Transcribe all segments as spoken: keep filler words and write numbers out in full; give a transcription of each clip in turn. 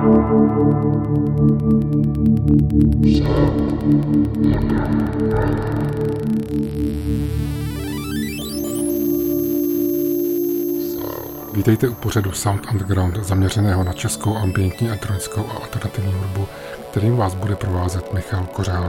Vítejte u pořadu Sound Underground zaměřeného na českou ambientní, elektronickou a alternativní hudbu, kterým vás bude provázet Michal Kořán.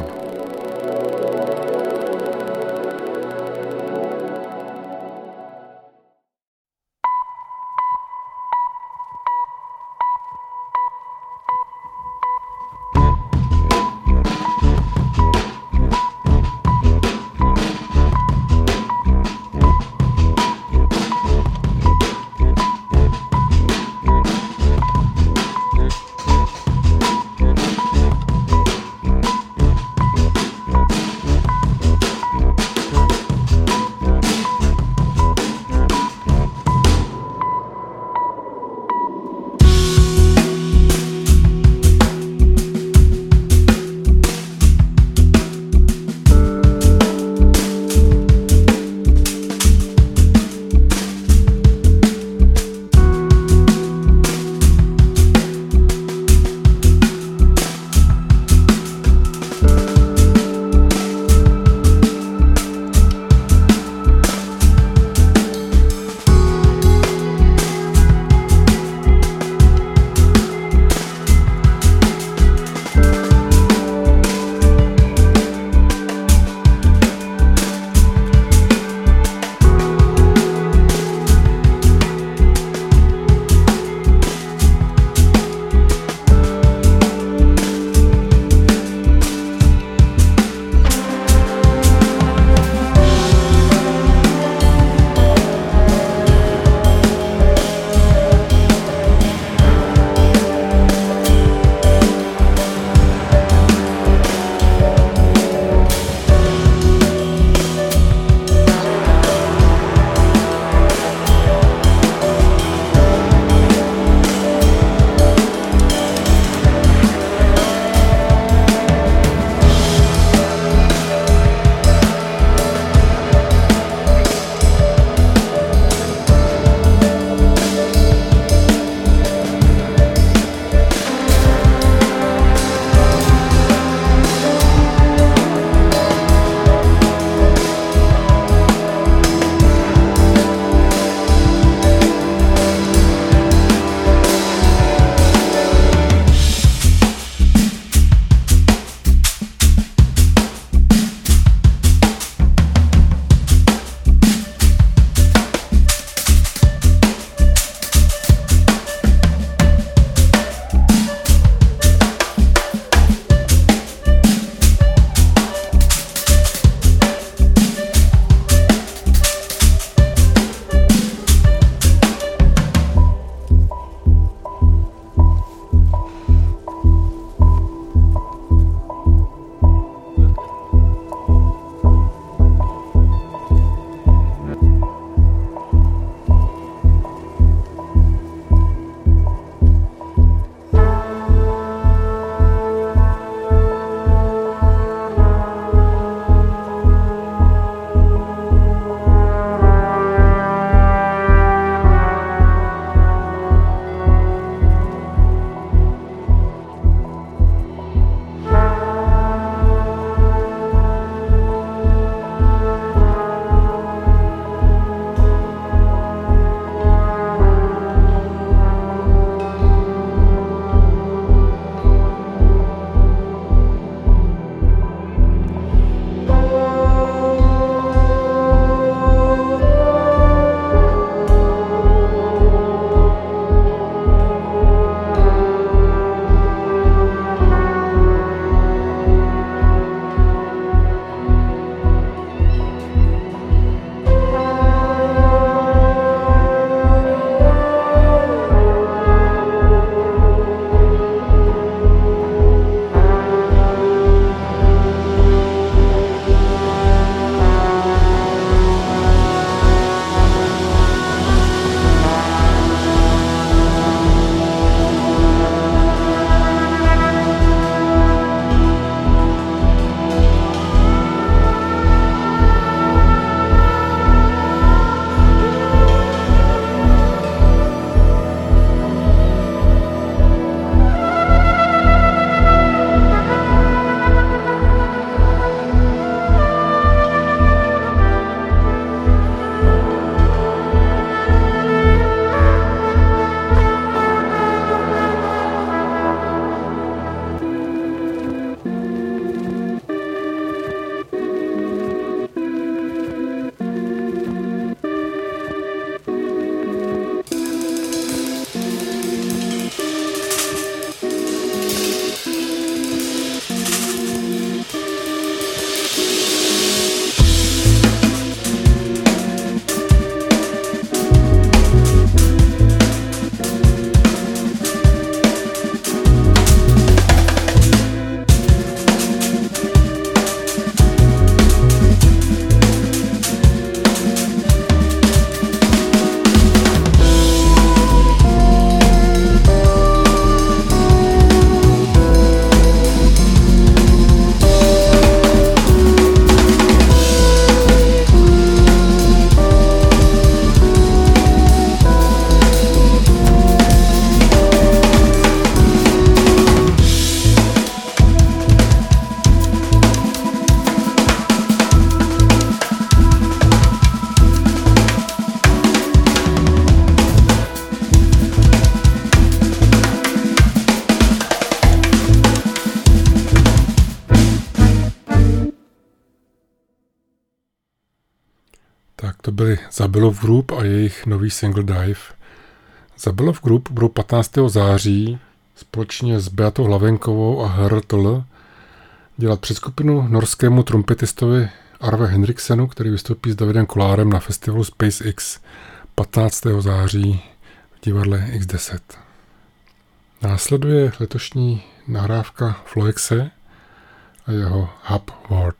byli Zabylov Group a jejich nový single Dive. Zabylov Group budou patnáctého září společně s Beatou Hlavenkovou a H R T L dělat předskupinu norskému trumpetistovi Arve Henriksenu, který vystoupí s Davidem Kolárem na festivalu SpaceX patnáctého září v divadle X deset. Následuje letošní nahrávka Floexe a jeho Hub World.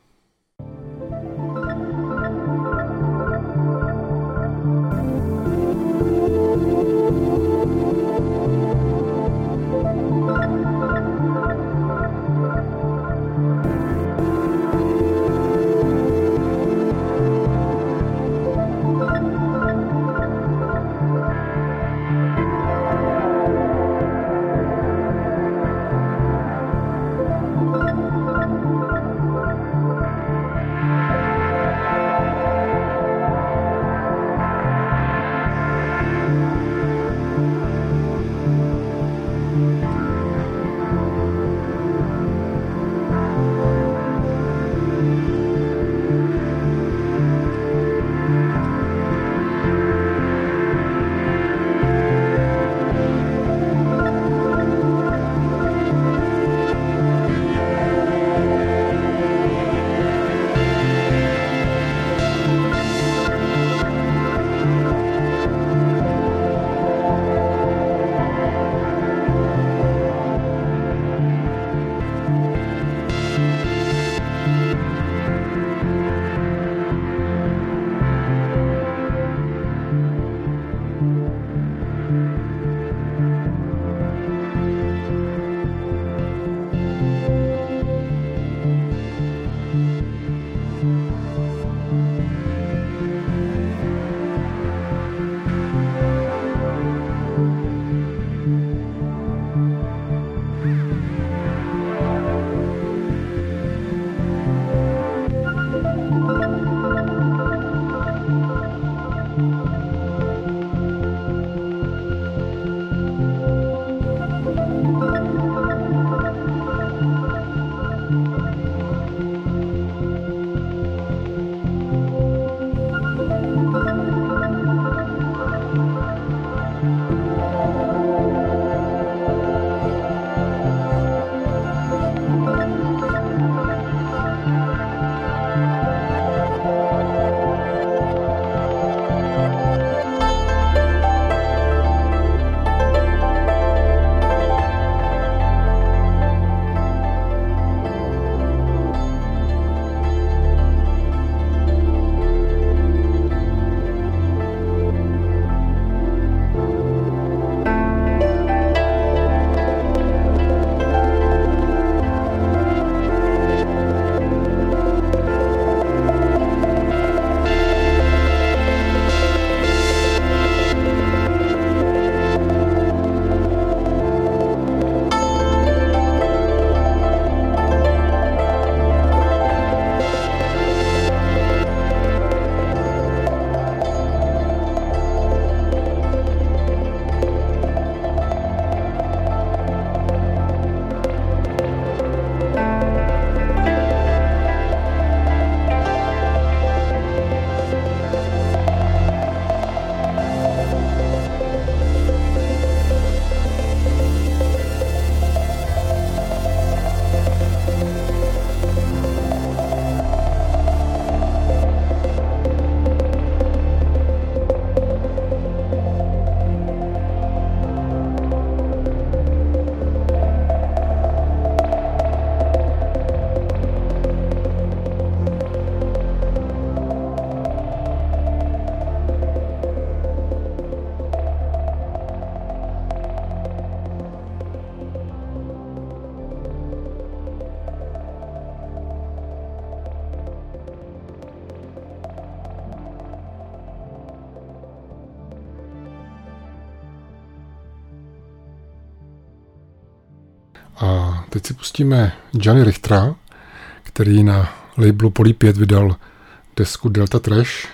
A teď si pustíme Johnny Richtera, který na labelu Poly pět vydal desku Delta Trash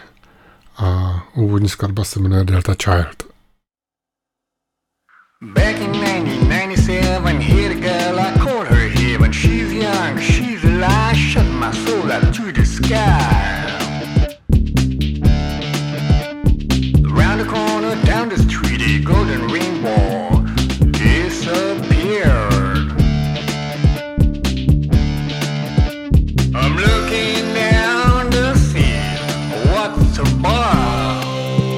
a úvodní skladba se jmenuje Delta Child. Back in nineteen ninety-seven, hit a girl, I called her heaven. She's young, she's alive, shut my soul up to the sky. but down the street a golden rainbow disappeared. I'm looking down to see what's above.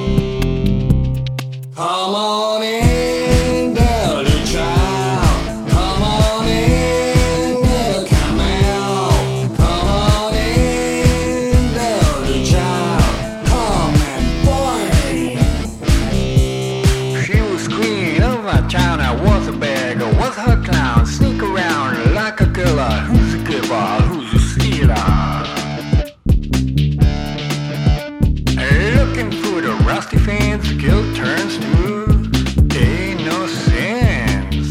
Come on in, dirty child. Come on in, little camel. Come on in, dirty child. Come and boy. She was screaming over town. I was a beggar, was her clown. Sneak around like a killer. Who's a giver? Who's a stealer? Looking through the rusty fence, guilt turns to innocence.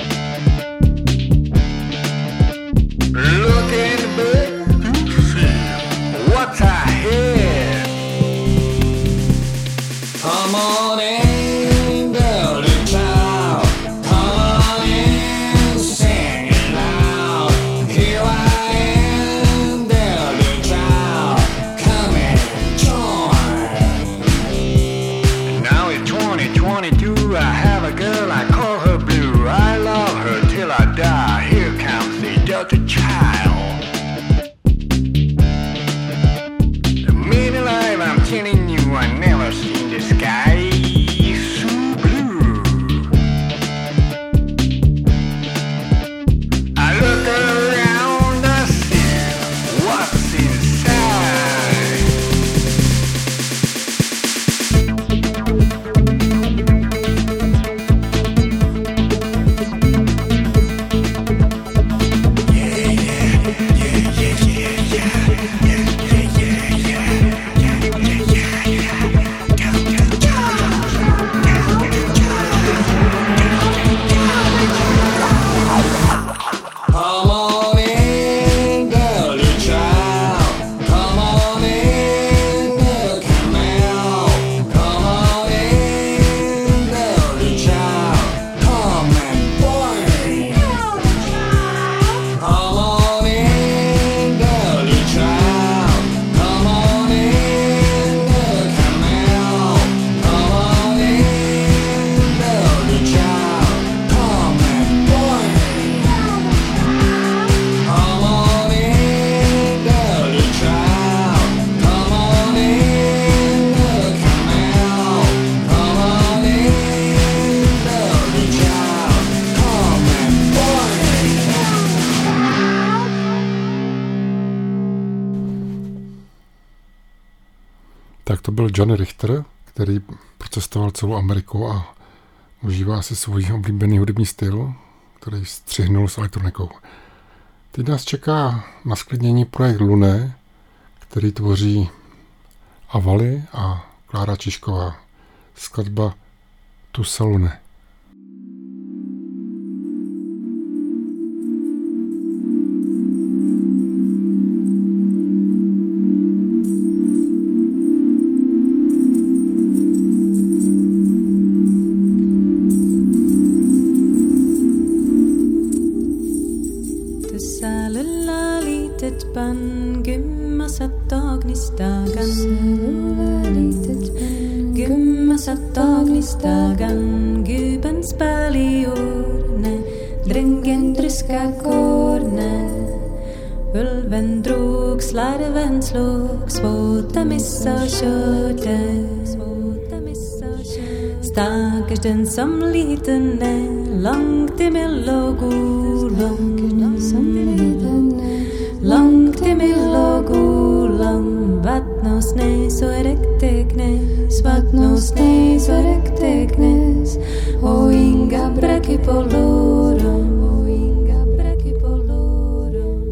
Looking back to see what's ahead. Come on in, dirty child. Come on in, sing it loud. Here I am, dirty child. Come and join. Now it's twenty twenty-two. I have a girl, I call her Blue. I love her till I die. Here comes the dirty child. Men alive, I'm telling you, I never seen the sky so blue. I look around, I see what's inside. Come on in, dirty child. Come on in, little camel. Come on in, dirty child. Come and boy. Come on in, dirty child. Come on in, little camel. Come on in, dirty child. Come and boy. Come on in, dirty child. Come on in, little camel. Come on in, dirty child. Come and boy. Tak to byl Johnny Richter, který procestoval celou Ameriku a užívá si svůj oblíbený hudební styl, který střihnul s elektronikou. Teď nás čeká na sklidnění projekt Luné, který tvoří Avali a Klára Čižková. Skladba Tu Salune. Pan kümmäsat agnistagan Kümmäsat agnistagan Gubens päliorne Drängen tryska korne Ulven drog, slarven slog Svåta missa körde Stackars den som liten är Långt emellan Långt emellan Vattna och snö så räckte knäs Vattna och snö så räckte knäs Och inga bräck på låren Och inga bräck på låren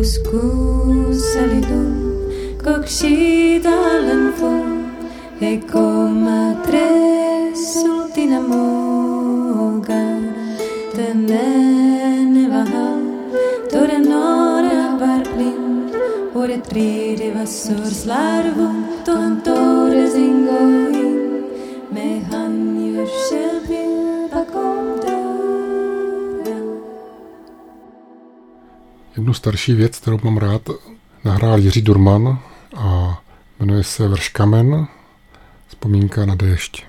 Salidum, coxidalen fum, e coma tres ultina moga, tenene vaha, tore nora barblin, ore tride vassor slarvum, tontore zingoin, me han jurselbil bakom dora. Jednu starší věc, kterou mám rád, nahrál Jiří Durman a jmenuje se Vrškamen, vzpomínka na déšť.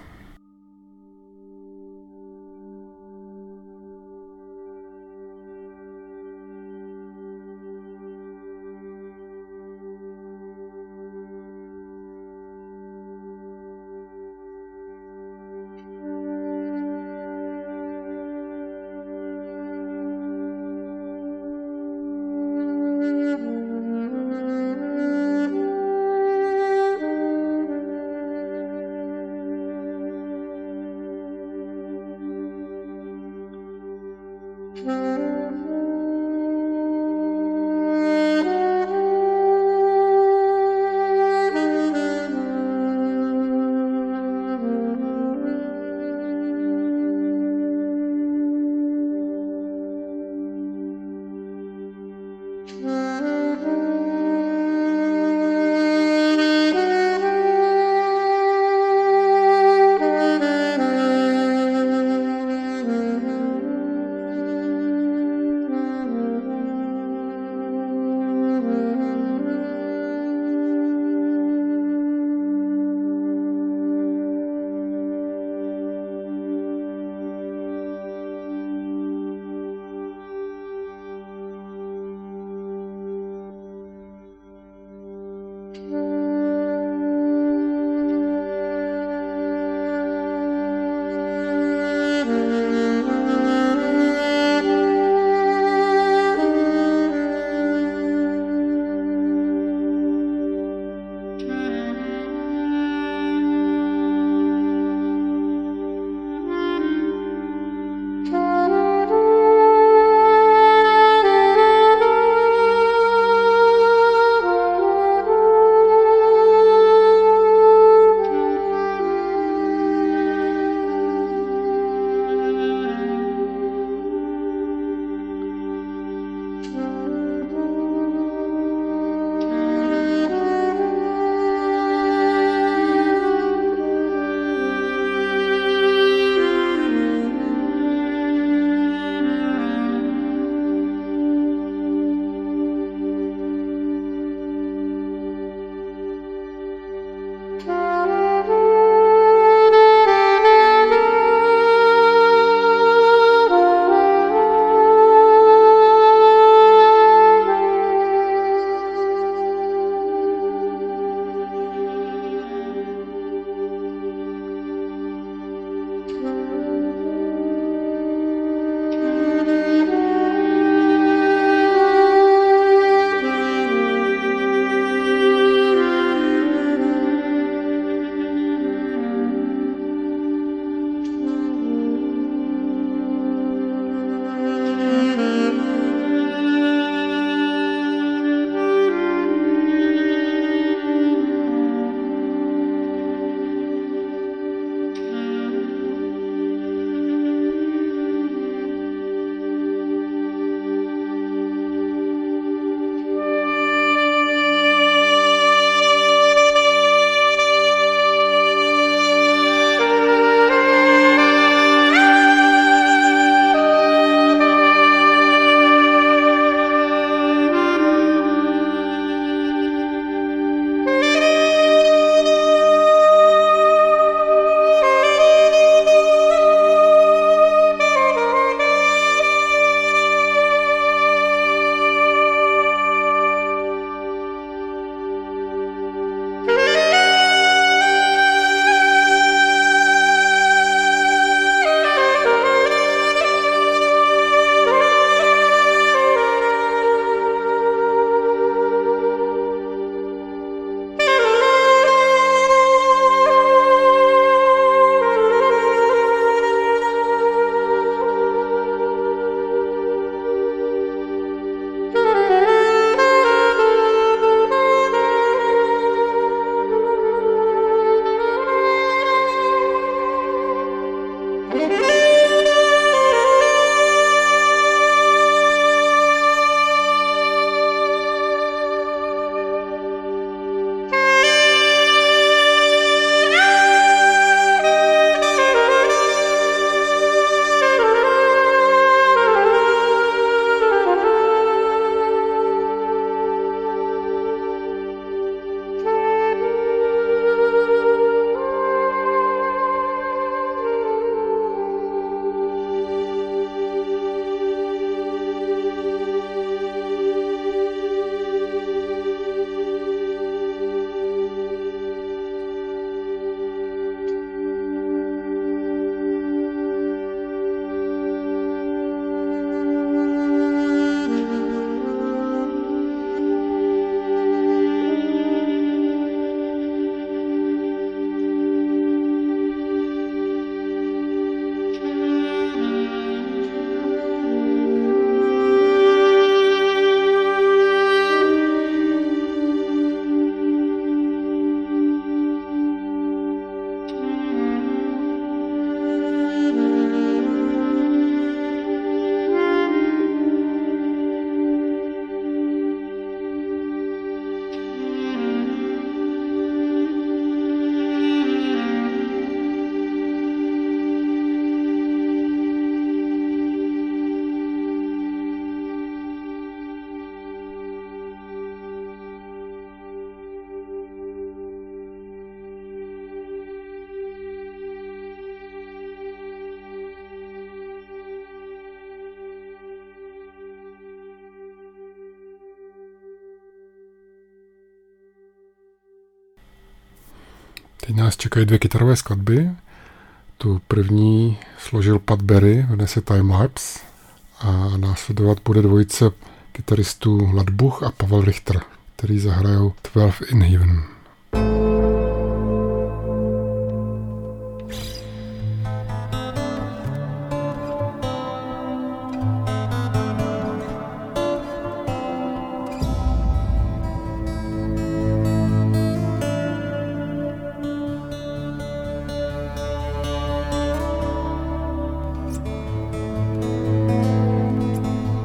Teď nás čekají dvě kytarové skladby. Tu první složil Pat Berry, jmenuje se Time Lapse, a následovat bude dvojice kytaristů Ladbuch a Pavel Richter, který zahrajou Twelve in Heaven.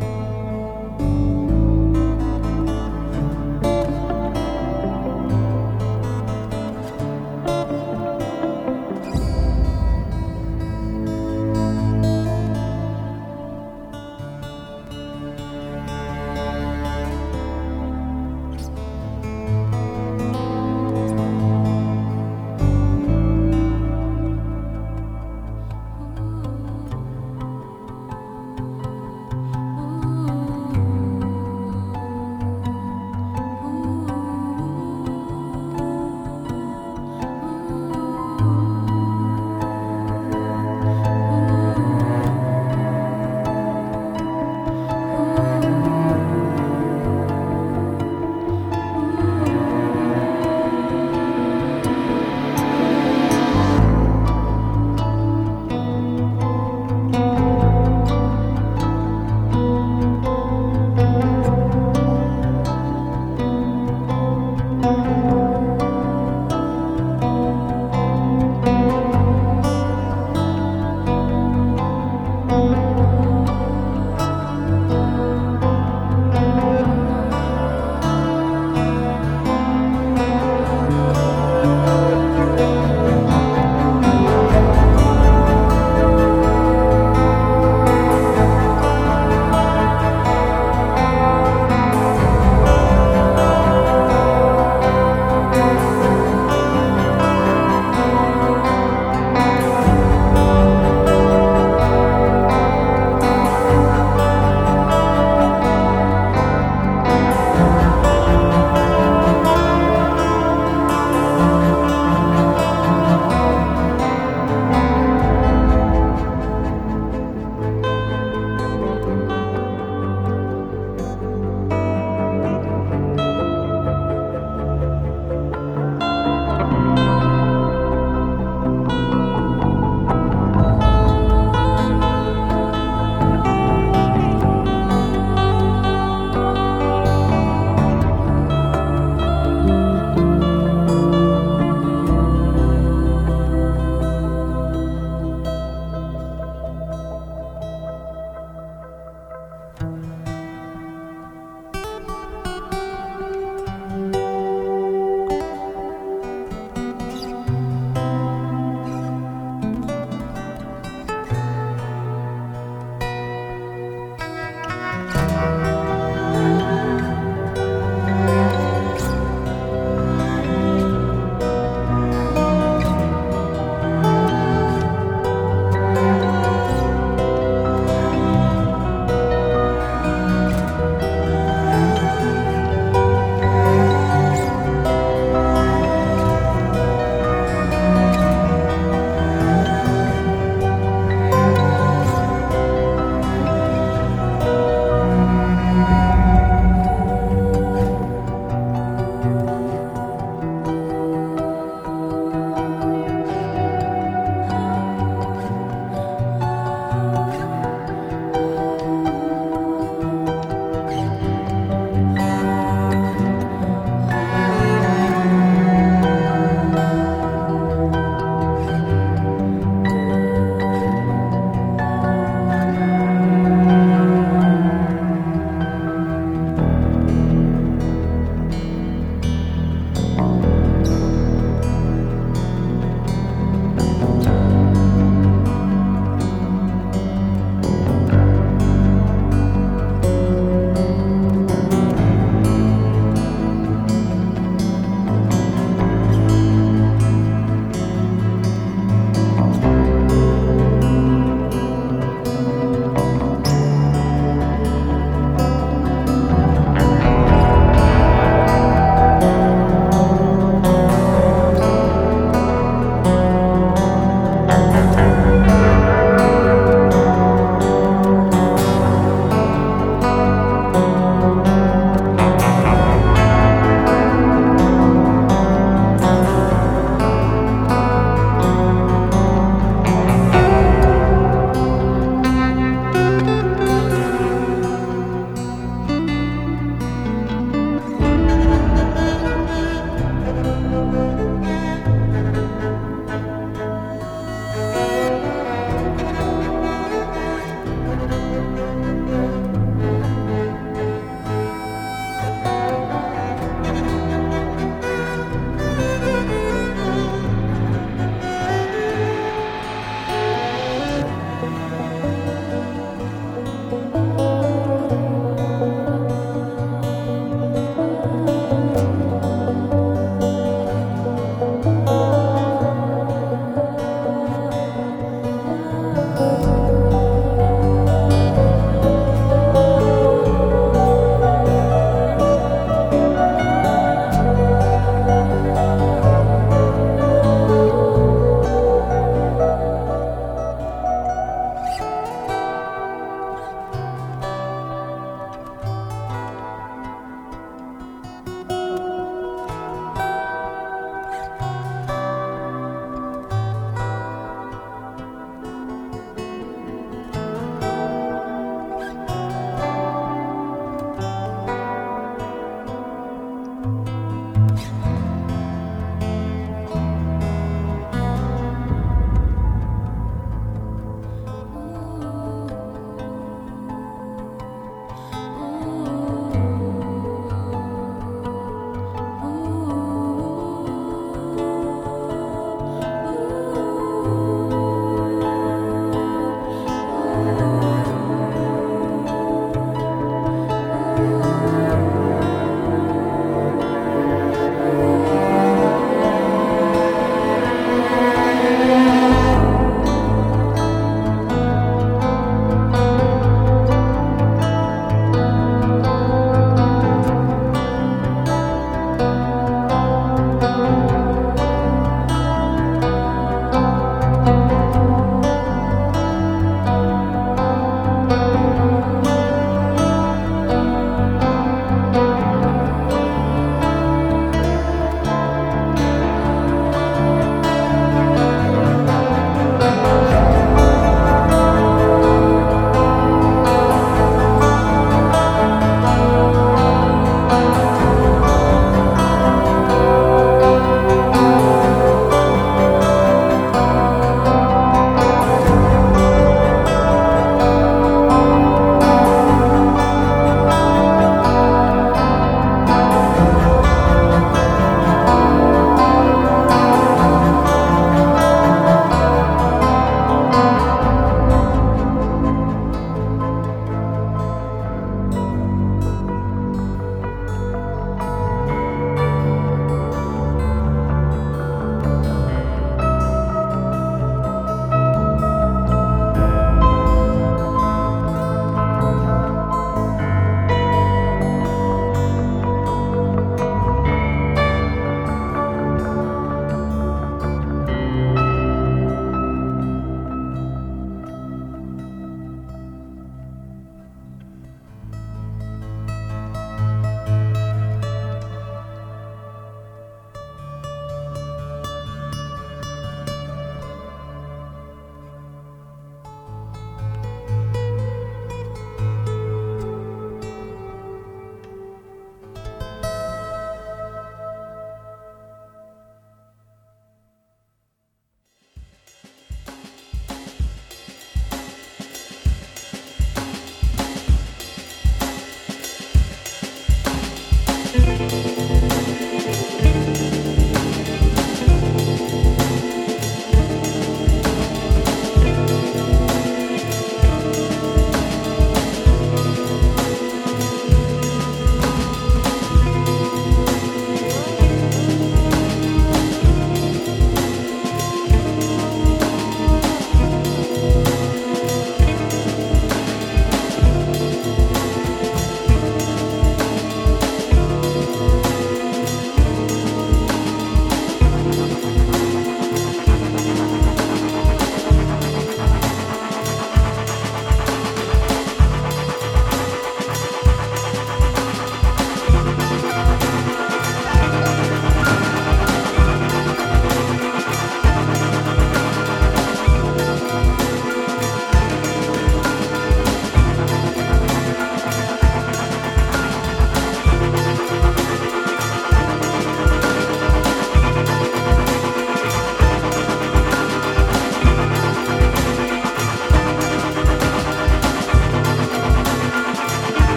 Thank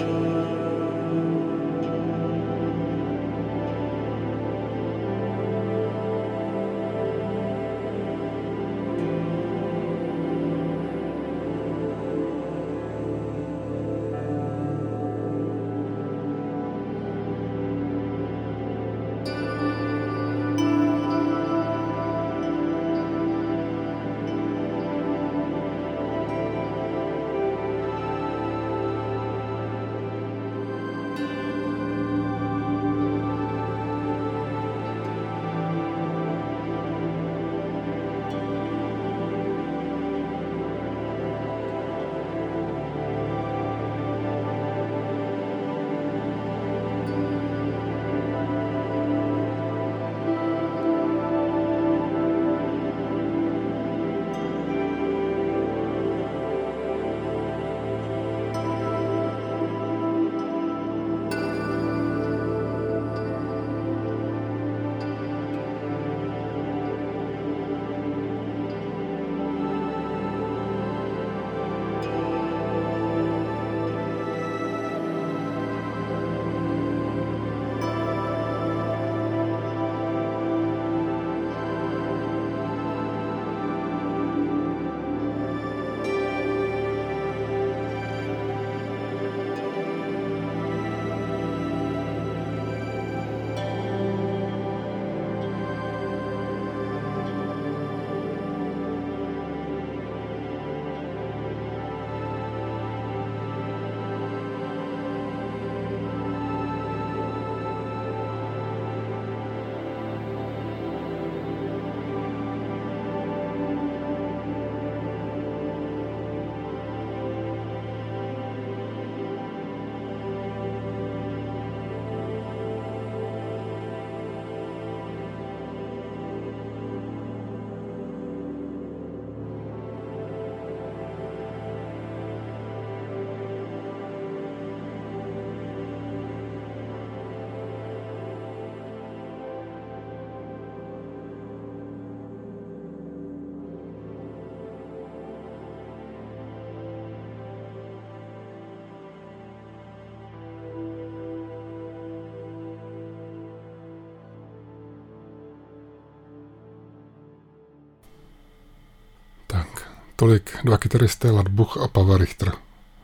Tolik dva kytaristé Ladbuch a Pavel Richter.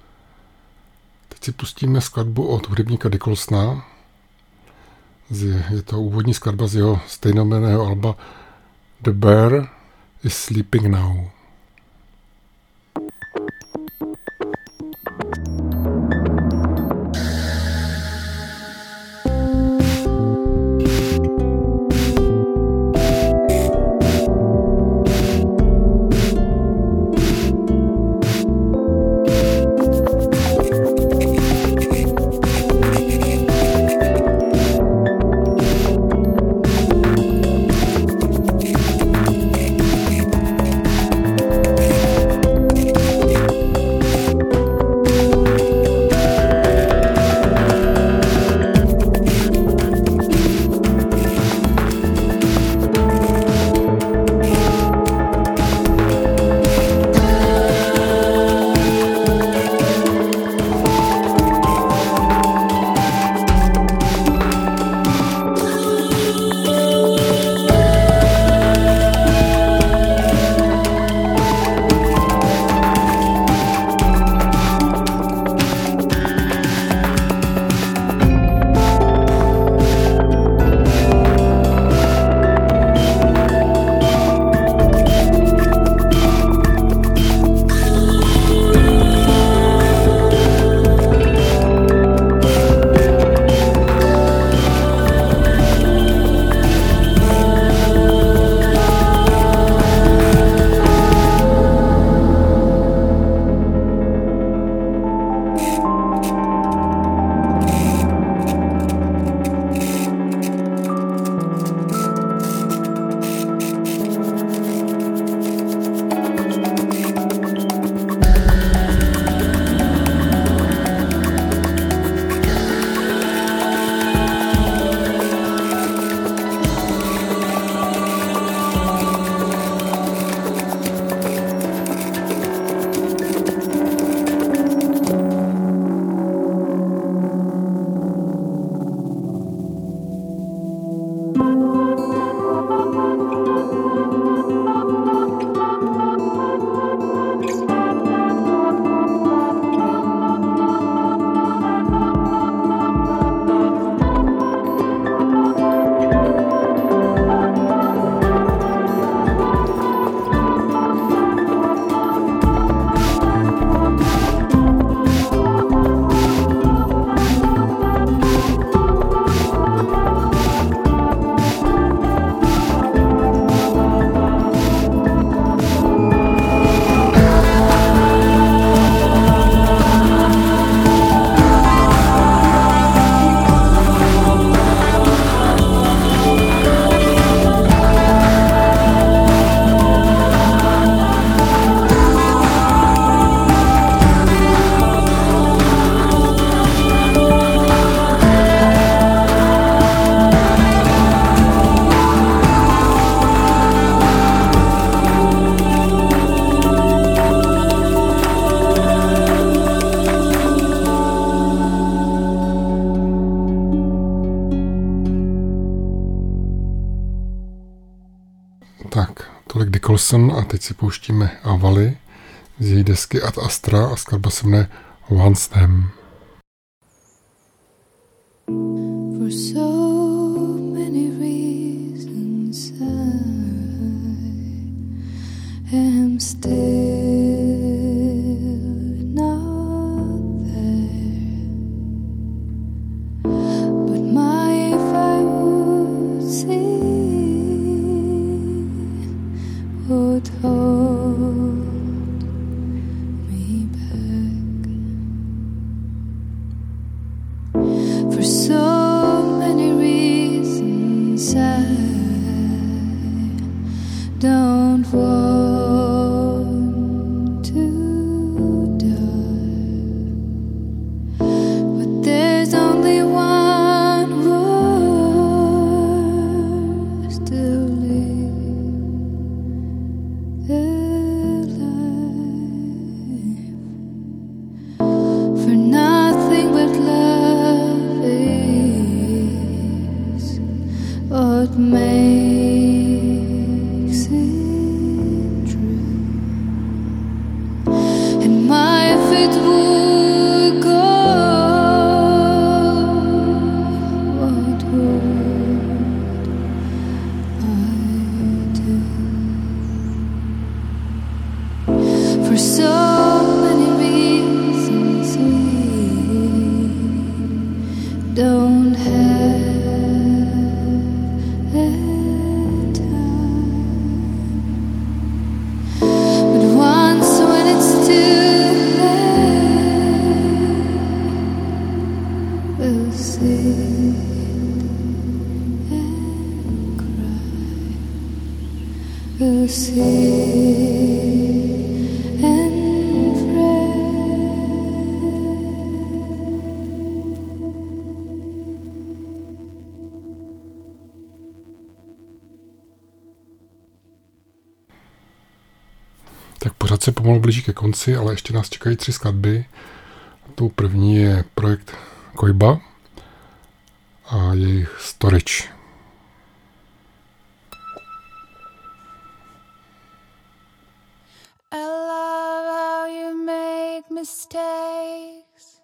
Teď si pustíme skladbu od hudebníka Nicholsona. Je to úvodní skladba z jeho stejnojmenného alba The Bear is Sleeping Now. Thank Wilson a teď si pouštíme Avali z její desky Ad Astra a skladba se jmenuje Once Them. For so many reasons I am still not there. But my if I would see would hold me back. For so many reasons I don't want to die. But there's only one worse to live the life for nothing but love is what makes it true. And my if it would go, what would I do? For so many reasons we don't have the time. But once when it's too late, we'll sit and cry. We'll sit and pray. Tak pořád se pomalu blíží ke konci, ale ještě nás čekají tři skladby. Tou první je projekt Koiba a jejich Storage. I love how you make mistakes.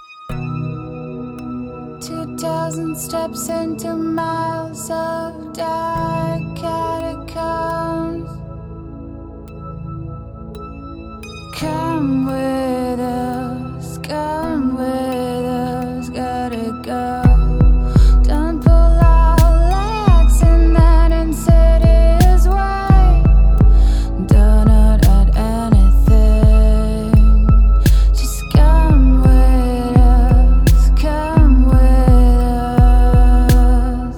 Two thousand steps into miles of dark catacombs. Come with us, come with us, gotta go. Don't pull our legs in that insidious way. Don't not add anything. Just come with us, come with us.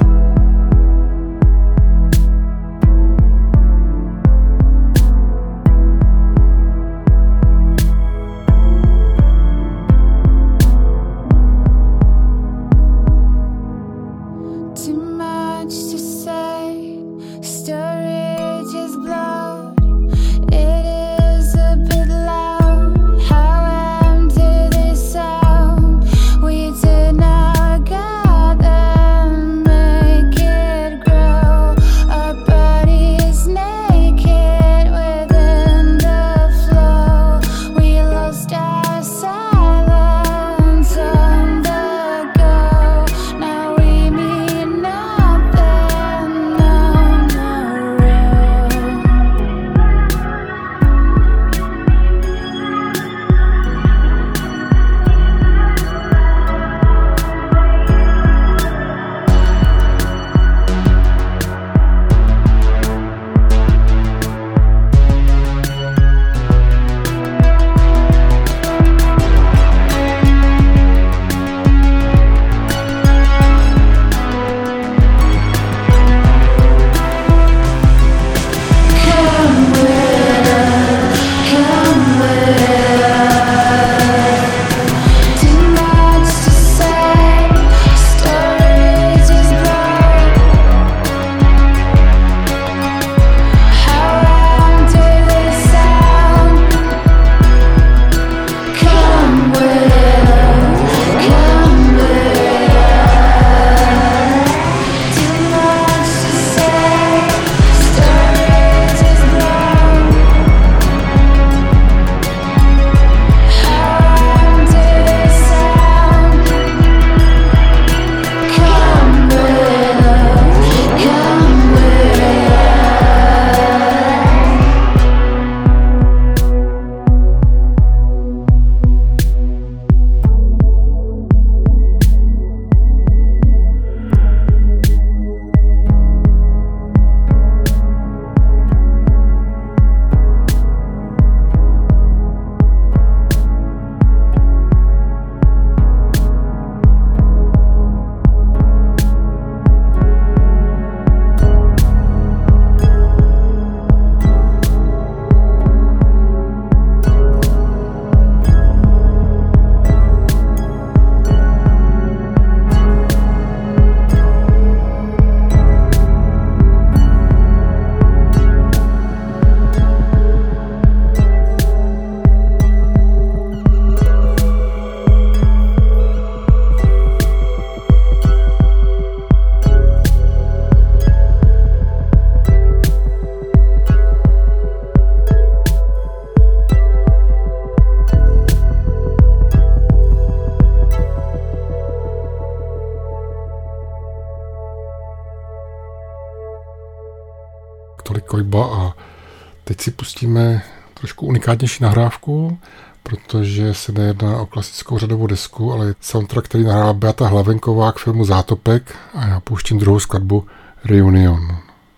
skladba a teď si pustíme trošku unikátnější nahrávku, protože se nejedná o klasickou řadovou desku, ale je soundtrack, který nahrává Beata Hlavenková k filmu Zátopek a já pouštím druhou skladbu Reunion.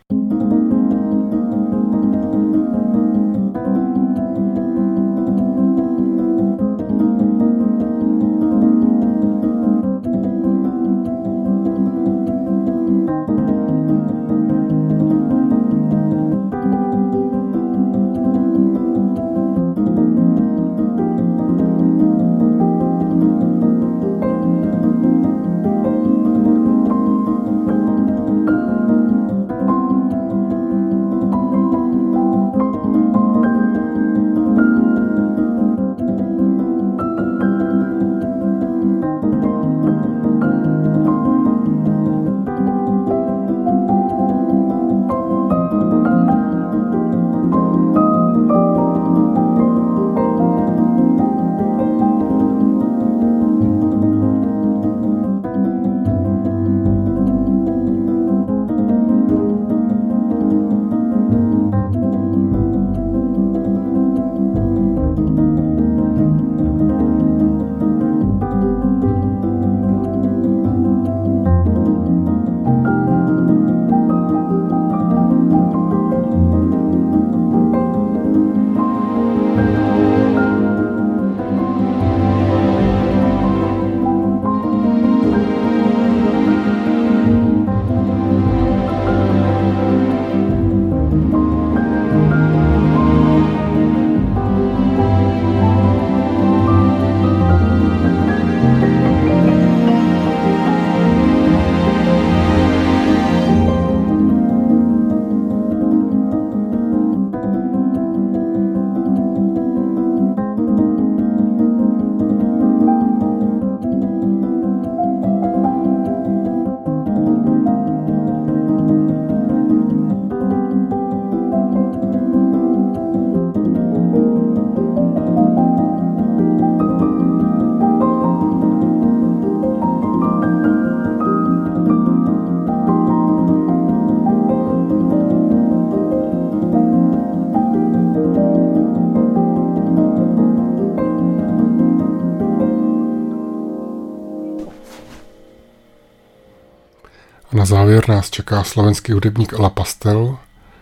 Na závěr nás čeká slovenský hudebník Ala Pastel,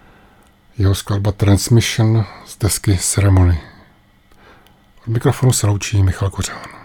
jeho skladba Transmission z desky Ceremony. Od mikrofonu se loučí Michal Kořán.